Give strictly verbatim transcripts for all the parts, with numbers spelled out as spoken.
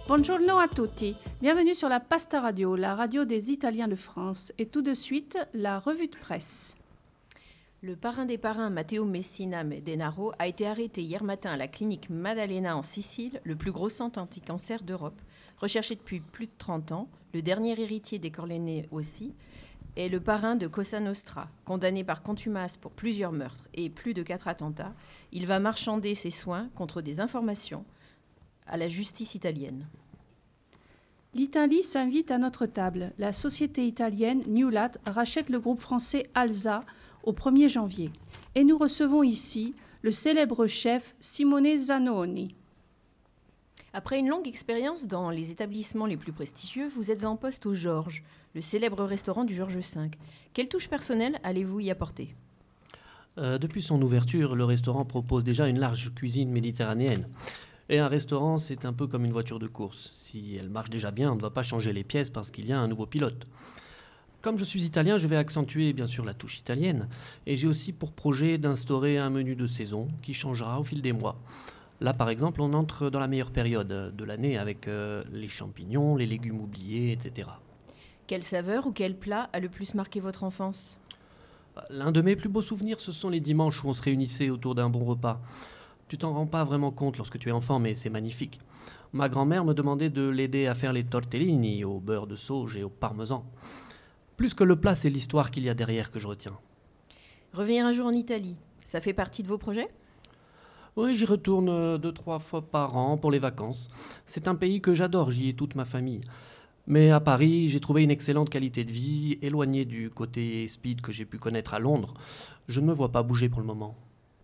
Buongiorno a tutti, bienvenue sur la Pasta Radio, la radio des Italiens de France. Et tout de suite, la revue de presse. Le parrain des parrains, Matteo Messina Denaro, a été arrêté hier matin à la clinique Maddalena en Sicile, le plus gros centre anti-cancer d'Europe. Recherché depuis plus de trente ans, le dernier héritier des Corleone aussi, est le parrain de Cosa Nostra. Condamné par contumace pour plusieurs meurtres et plus de quatre attentats, il va marchander ses soins contre des informations à la justice italienne. L'Italie s'invite à notre table. La société italienne Newlat rachète le groupe français Alsa au premier janvier. Et nous recevons ici le célèbre chef Simone Zanoni. Après une longue expérience dans les établissements les plus prestigieux, vous êtes en poste au Georges, le célèbre restaurant du Georges cinq. Quelle touche personnelle allez-vous y apporter ? euh, Depuis son ouverture, le restaurant propose déjà une large cuisine méditerranéenne. Et un restaurant, c'est un peu comme une voiture de course. Si elle marche déjà bien, on ne va pas changer les pièces parce qu'il y a un nouveau pilote. Comme je suis italien, je vais accentuer bien sûr la touche italienne. Et j'ai aussi pour projet d'instaurer un menu de saison qui changera au fil des mois. Là, par exemple, on entre dans la meilleure période de l'année avec euh, les champignons, les légumes oubliés, et cetera. Quelle saveur ou quel plat a le plus marqué votre enfance ? L'un de mes plus beaux souvenirs, ce sont les dimanches où on se réunissait autour d'un bon repas. Tu t'en rends pas vraiment compte lorsque tu es enfant, mais c'est magnifique. Ma grand-mère me demandait de l'aider à faire les tortellini au beurre de sauge et au parmesan. Plus que le plat, c'est l'histoire qu'il y a derrière que je retiens. Revenir un jour en Italie, ça fait partie de vos projets ? Oui, j'y retourne deux, trois fois par an pour les vacances. C'est un pays que j'adore, j'y ai toute ma famille. Mais à Paris, j'ai trouvé une excellente qualité de vie, éloignée du côté speed que j'ai pu connaître à Londres. Je ne me vois pas bouger pour le moment.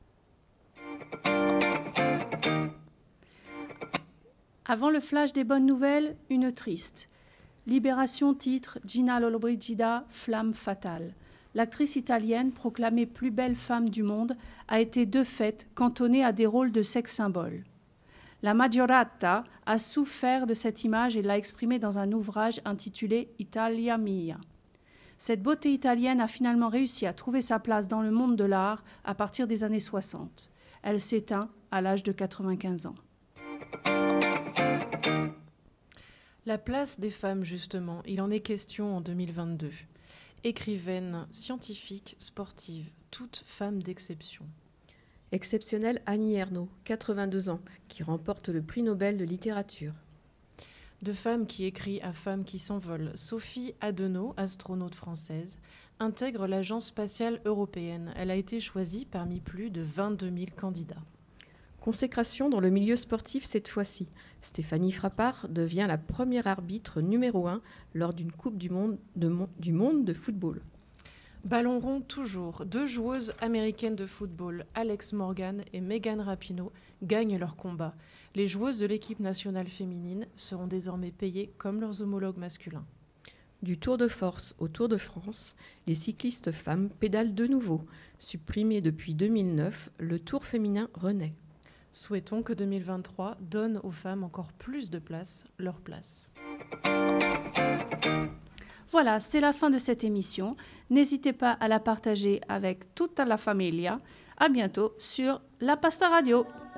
Avant le flash des bonnes nouvelles, une triste. Libération titre Gina Lollobrigida, flamme fatale. L'actrice italienne, proclamée plus belle femme du monde, a été de fait cantonnée à des rôles de sex symbole. La Maggiorata a souffert de cette image et l'a exprimée dans un ouvrage intitulé Italia Mia. Cette beauté italienne a finalement réussi à trouver sa place dans le monde de l'art à partir des années soixante. Elle s'éteint à l'âge de quatre-vingt-quinze ans. La place des femmes, justement, il en est question en deux mille vingt-deux. Écrivaine, scientifique, sportive, toute femme d'exception. Exceptionnelle Annie Ernaux, quatre-vingt-deux ans, qui remporte le prix Nobel de littérature. De femme qui écrit à femme qui s'envole, Sophie Adenau, astronaute française, intègre l'Agence spatiale européenne. Elle a été choisie parmi plus de vingt-deux mille candidats. Consécration dans le milieu sportif cette fois-ci. Stéphanie Frappart devient la première arbitre numéro un lors d'une Coupe du monde de, mon, du monde de football. Ballon rond toujours. Deux joueuses américaines de football, Alex Morgan et Megan Rapinoe, gagnent leur combat. Les joueuses de l'équipe nationale féminine seront désormais payées comme leurs homologues masculins. Du Tour de Force au Tour de France, les cyclistes femmes pédalent de nouveau. Supprimé depuis deux mille neuf, le Tour féminin renaît. Souhaitons que deux mille vingt-trois donne aux femmes encore plus de place, leur place. Voilà, c'est la fin de cette émission. N'hésitez pas à la partager avec toute la famille. À bientôt sur La Pasta Radio.